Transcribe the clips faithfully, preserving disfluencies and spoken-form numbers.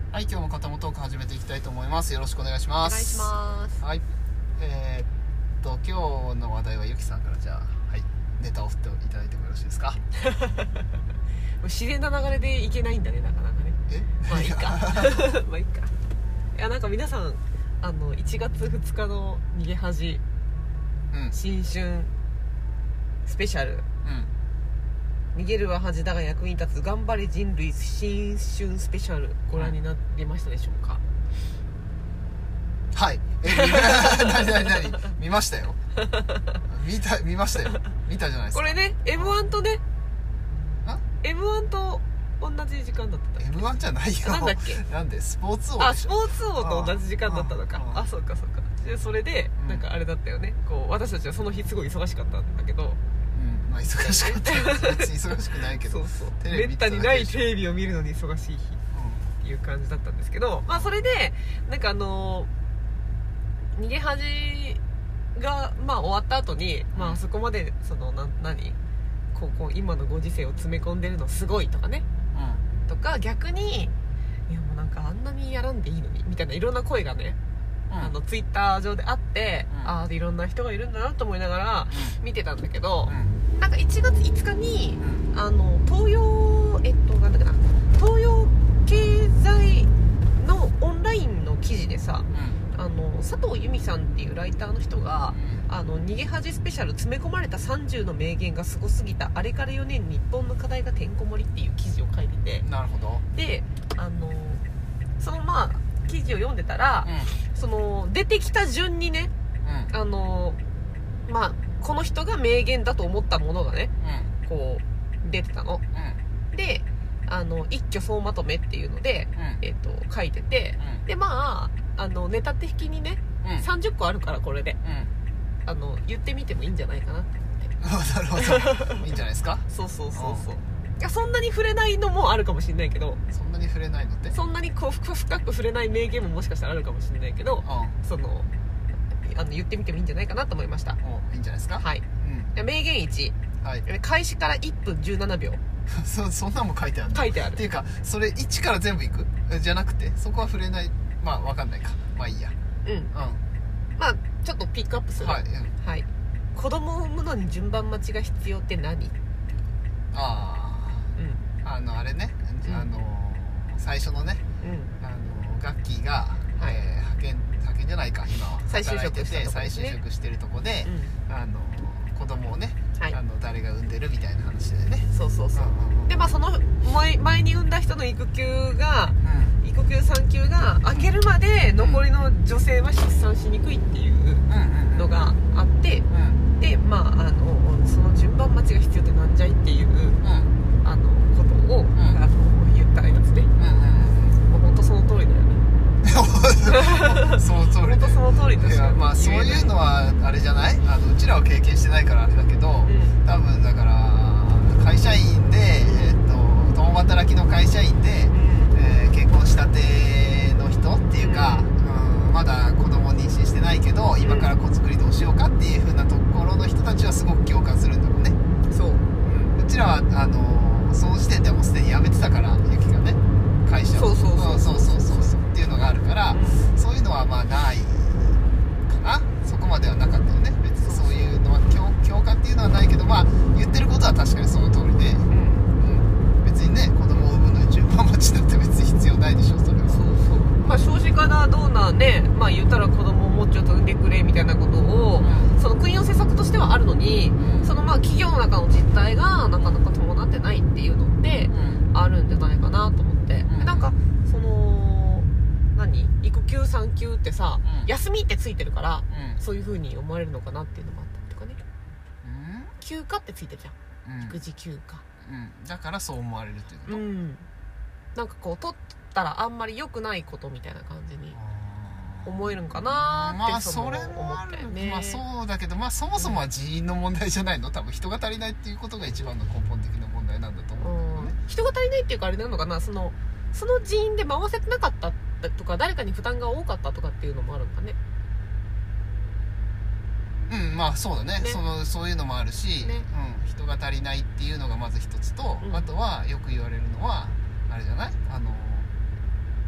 はい、今日も肩もトーク始めていきたいと思います。よろしくお願いします。 お願いします。 はい、えー、っと今日の話題はゆきさんからじゃあ、はい、ネタを振っていただいてもよろしいですか。 自然な流れでいけないんだね、なかなかね。 えまあいいかまあいいか。いや、なんか皆さんあのいちがつふつかの逃げ恥、 うん、 新春スペシャル、 うん、 逃げるは恥だが役に立つ頑張れ人類新春スペシャルご覧になりましたでしょうか。 はい、え何何何見ましたよ。見た見ましたよ。見たじゃないですか。 これね エムワン とねあエムワン と同じ時間だったっけ。 エムワン じゃないよ。 なんだっけ。 なんでスポーツ王あ、 でしょ。 スポーツ王と同じ時間だったのか。 あああ、そうかそうか。でそれで、 うんなんかあれだったよね、こう私たちはその日すごい忙しかったんだけど、 うん、まあ忙しかったよ。別に忙しくないけど。 そうそう、 テレビめったに見てただけでしょないテレビを見るのに忙しい日っていう感じだったんですけど、まあそれでなんかあのー、逃げ恥がまあ終わった後に、まあそこまでそのな何こうこう今のご時世を詰め込んでるのすごいとかね、 うん、 とか逆にいやもうなんかあんなにやらんでいいのにみたいないろんな声がね、 うん、 あのツイッター上であって、 うん、 ああいろんな人がいるんだなと思いながら見てたんだけど、 うん、 なんかいちがついつかに、 うん、 あの東洋えっとなんだっけな東洋経済のオンラインの記事でさ、 うん、 あの佐藤由美さんっていうライターの人が、 うん、 あの逃げ恥スペシャル詰め込まれたさんじゅうの名言がすごすぎたあれからよねん日本の課題がてんこ盛りっていう記事を書いてて、 なるほど。 であのそのまあ記事を読んでたら、 うん、 その出てきた順にね、 うん、 あのまあこの人が名言だと思ったものがねうん、 こう出てたのうん、 で、あの一挙総まとめっていうので、 うん、 えっと書いてて、 うん、 でまああのネタ的にね、 うん、 さんじゅっこあるからこれでうん、 あの言ってみてもいいんじゃないかなって思って。 なるほど。いいんじゃないですか。 そうそうそうそう、いやそんなに触れないのもあるかもしれないけど、 そんなに触れないのって。 そんなにこう深く触れない名言ももしかしたらあるかもしれないけど、 うん、 そのあの言ってみてもいいんじゃないかなと思いました。 お、いいんじゃないですか。 はい。 うん、 名言いち、 はい。 開始からいっぷんじゅうななびょうそそんなんも書いてあるの。 書いてあるっていうかそれいちから全部いくじゃなくて、そこは触れない。まあわかんないか。まあいいや。 うん、 うん、 まあちょっとピックアップする。 はい、うん、 はい。子供を産むのに順番待ちが必要って何？ あうんあ、あのあれね、 うんあの最初のね、 うんあのガッキーが、 はいえー派遣派遣じゃないか今は再就職働いてて、 したとこ再ですね就職してるとこで、 うん、 あの子供をね、 はい、 あの誰が産んでるみたいな話でね。 そうそうそう、 うんうんうん、 でまあその前前に産んだ人の育休がうん、 育休産休が明けるまで残りの女性は出産しにくいっていううんうんのがあって、 うんうんでまああのその順番待ちが必要ってなんじゃいっていううんあのことを、 んあの言ったやつで、 うんうんもう本当その通りだよね。 その通りで。 本当その通りとしかいや、まあそう言えないいうのはあれじゃない、あのうちらは経験してないからあれだけど、 うん多分だから会社員で、えー、と共働きの会社員で、えー結婚したての人っていうか、うん、まだ子供妊娠してないけど今から子作りどうしようかっていう風なところの人たちはすごく共感するんだろうね。 うん、そう、 うん、うちらはあのその時点でもうすでに辞めてたから、ゆきがね会社を、 そうそうそうそうそうそうそうっていうのがあるから、 うんそういうのはまあないかな。そこまではなかったよね。別にそういうのは共共感っていうのはないけど、まあ言ってることは確かにその通りで、 うんうん、別にね子供を産むのに順番待ちなんて別に必要ないでしょ、それは。 そうそう、まあ少子化だどうなね、まあ言ったら子供をもうちょっと産んでくれみたいなことを、 うん、 その国の施策としてはあるのに、 うん、 そのまあ企業の中の実態がなかなか伴ってないっていうのってうん、 あるんじゃないかなと思って、 うん、 なんかその何育休産休ってさ、 うん、 休みってついてるから、 うん、 そういう風に思われるのかなっていうのもあったりとかね。 うん休暇ってついてるじゃん、 うん、 育児休暇、 うん、だからそう思われるということ、 うんなんかこう取ったらあんまり良くないことみたいな感じに思えるんかなーって、 まあそのそれも思ある、 ったよね。 まあそうだけど、まあそもそもは人員の問題じゃないの。多分人が足りないっていうことが一番の根本的な問題なんだと思うんだけどね。 うん、人が足りないっていうかあれなのかな、そのその人員で回せてなかったとか誰かに負担が多かったとかっていうのもあるんかね。 うん、まあそうだね、 ねそのそういうのもあるし、 ねうん、人が足りないっていうのがまず一つと、 うんあとはよく言われるのはあれじゃない、あの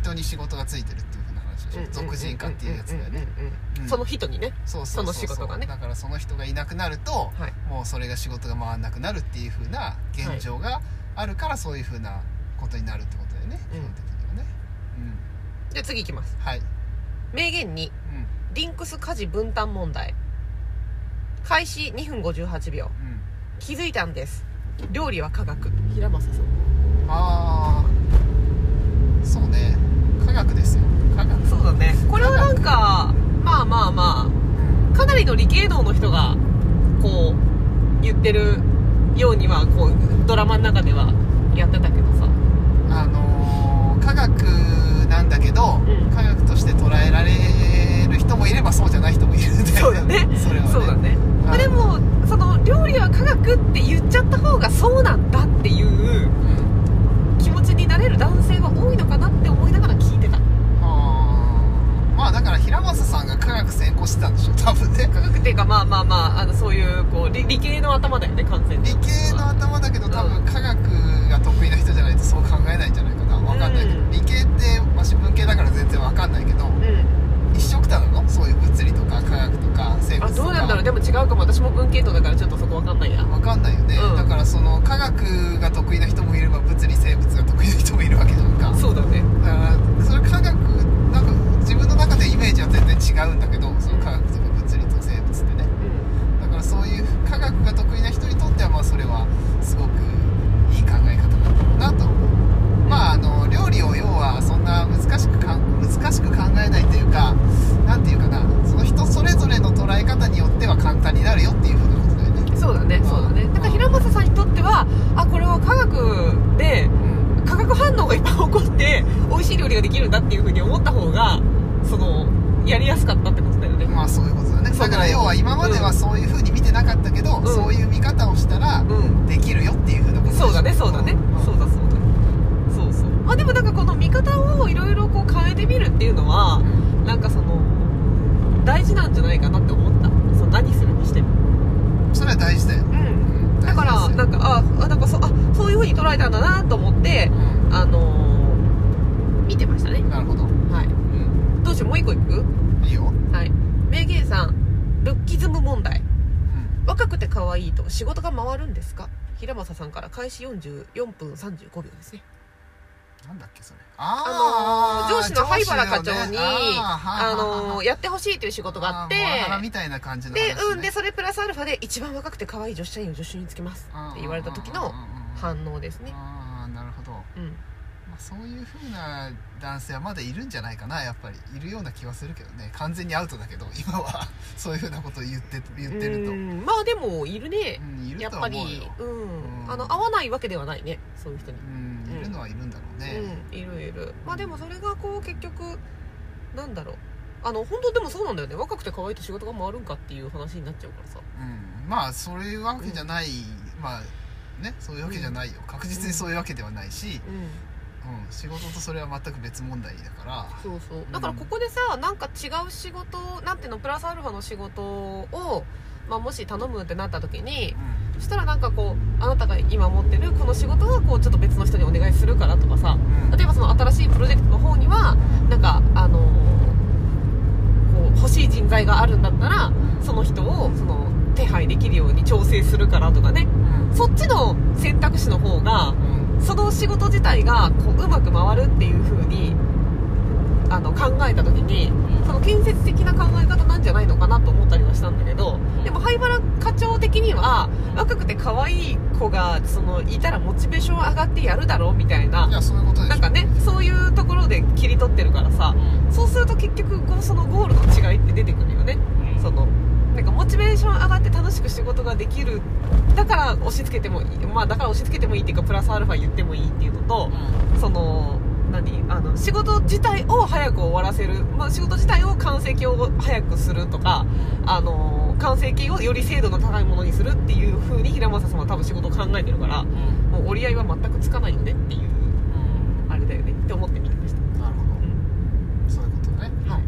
人に仕事がついてるっていう風な話でしょ、属人化っていうやつだよね。 その人にね、 そうそうそうそう、 その仕事がね。 だからその人がいなくなると、はい、もうそれが仕事が回んなくなるっていう風な現状があるから、そういう風なことになるってことだよね、基本的にはね。うん、 じゃあ次いきます。 はい。 名言に、うん、リンクス家事分担問題。開始にふんごじゅうはちびょう、うん、気づいたんです、料理は科学。平正さん。 ああ、そうね、科学ですよ、科学。 そうだね、これはなんかまあまあまあかなりの理系能の人がこう言ってるようにはこうドラマの中ではやってたけどさ、 あのー、科学なんだけど、うん、科学として捉えられる人もいればそうじゃない人もいるんだよね。そうだね、それはね。そうだね。まあ、でもその料理は科学って言っちゃった方がそうなんだっていう気持ちになれる男性は多いのかなって思いながら聞いてた。あ、 まあだから平正さんが科学専攻してたんでしょ多分ね。 科学っていうかまあまあまあ、あのそういうこう 理, 理系の頭だよね、完全に。 理系の頭だけど多分科学が得意な人じゃないとそう考えないんじゃないかな。分かんないけど、うん、理系って私文系だから全然分かんないけど、うん、一緒くたなの？そういう物理とか科学とか生物とか。あ、どうなんだろう。でも違うかも。私も文系統だからちょっとそこ分かんないや。分かんないよね、うん、だからその科学が得意な人もいれば物理生物が得意な人もいるわけじゃんか。 そうだね。 だからそれ科学なんか自分の中でイメージは全然違うんだけど、その科学とか物理と生物ってね、うん、だからそういう科学が得意な人にとってはまあそれはすごくいい考え方なんだろうなと思う。まあ、あの料理を要はそんな難しくかん難しく考えないというか、なんていうかな、その人それぞれの捉え方によっては簡単になるよっていうふうなことだよね。 そうだね、そうだね。だから平正さんにとっては、あ、これは科学で、うん、化学反応がいっぱい起こって美味しい料理ができるんだっていうふうに思った方がそのやりやすかったってことだよね。 まあそういうことだね。だから要は今まではそういうふうに見てなかったけど、うん、そういう見方をしたらできるよっていうふうなことでしょ。 そうだね、そうだね、うん、そうだそうだ。そうそう。まあでもなんかこの見方をいろいろこう変えてみるっていうのは、うん、なんかその大事なんじゃないかなって思った。その何するにしてもそれは大事だよ。うん。 うん、だからなんかああなんかそあそういう風に捉えたんだなと思って、うん、あのー、見てましたね。 なるほど。 はい。うん、どうしよう、もう一個いく？ いいよ。 はい。名言さん、ルッキズム問題。うん、若くて可愛いと仕事が回るんですか？平正さんから開始よんじゅうよんぷんさんじゅうごびょうですね。 なんだっけそれ。 ああのー、上司の灰原課長に、ね、あ、あのー、やってほしいという仕事があって、 モラハラみたいな感じの話、ね、 で、うん、でそれプラスアルファで一番若くて可愛い女子社員を助手につけますって言われた時の反応ですね。 ああ、なるほど。うん、まあ、そういう風な男性はまだいるんじゃないかな。やっぱりいるような気はするけどね。完全にアウトだけど今はそういう風なことを言って言ってると、うん、 まあでもいるね、 うん、いると思うよ。 やっぱり、うん、あの合わないわけではないね、そういう人に。 うん、いるのはいるんだろうね。 うん、いるいる。まあでもそれがこう結局なんだろう、あの本当でもそうなんだよね。若くて可愛いと仕事が回るんかっていう話になっちゃうからさ。 うん、まあそういうわけじゃない、うん、まあね、そういうわけじゃないよ、確実にそういうわけではないし、うん、うん、仕事とそれは全く別問題だから。 そうそう。だからここでさ、なんか違う仕事なんていうの、プラスアルファの仕事を、まあ、もし頼むってなった時に、うん、そしたらなんかこうあなたが今持ってるこの仕事はこうちょっと別の人にお願いするからとかさ、うん、例えばその新しいプロジェクトの方にはなんかあのー、こう欲しい人材があるんだったらその人をその手配できるように調整するからとかね、うん、そっちの選択肢の方が、うん、その仕事自体がこううまく回るっていう風にあの考えた時に、その建設的な考え方なんじゃないのかなと思ったりはしたんだけど、でも灰原課長的には若くて可愛い子がそのいたらモチベーション上がってやるだろうみたいな、 いやそういうことでしょ。 なんかね、そういうところで切り取ってるからさ、うん、そうすると結局こうそのゴールの違いって出てくるよね、うん、そのなんかモチベーション上がって楽しく仕事ができる、だから押し付けてもいい、まあだから押し付けてもいいっていうかプラスアルファ言ってもいいっていうのと、うん、その何あの仕事自体を早く終わらせる、まあ、仕事自体を完成形を早くするとか、あの完成形をより精度の高いものにするっていう風に平正さんは多分仕事を考えてるから、うん、もう折り合いは全くつかないよねっていう、うん、あれだよねって思って見てました。 なるほど、うん、そういうことね。はい、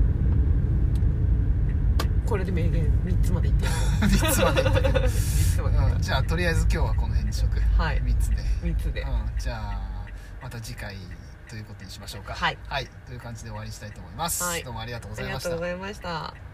うん、これで名言みっつまでいってやろう。みっつまでいってみっつまで、うん、じゃあとりあえず今日はこの辺にしとく。はい、みっつでみっつで、うん、じゃあまた次回ということにしましょうか。 はい、 はい、という感じで終わりにしたいと思います、 はい、 どうもありがとうごありがざいました。 とうございました。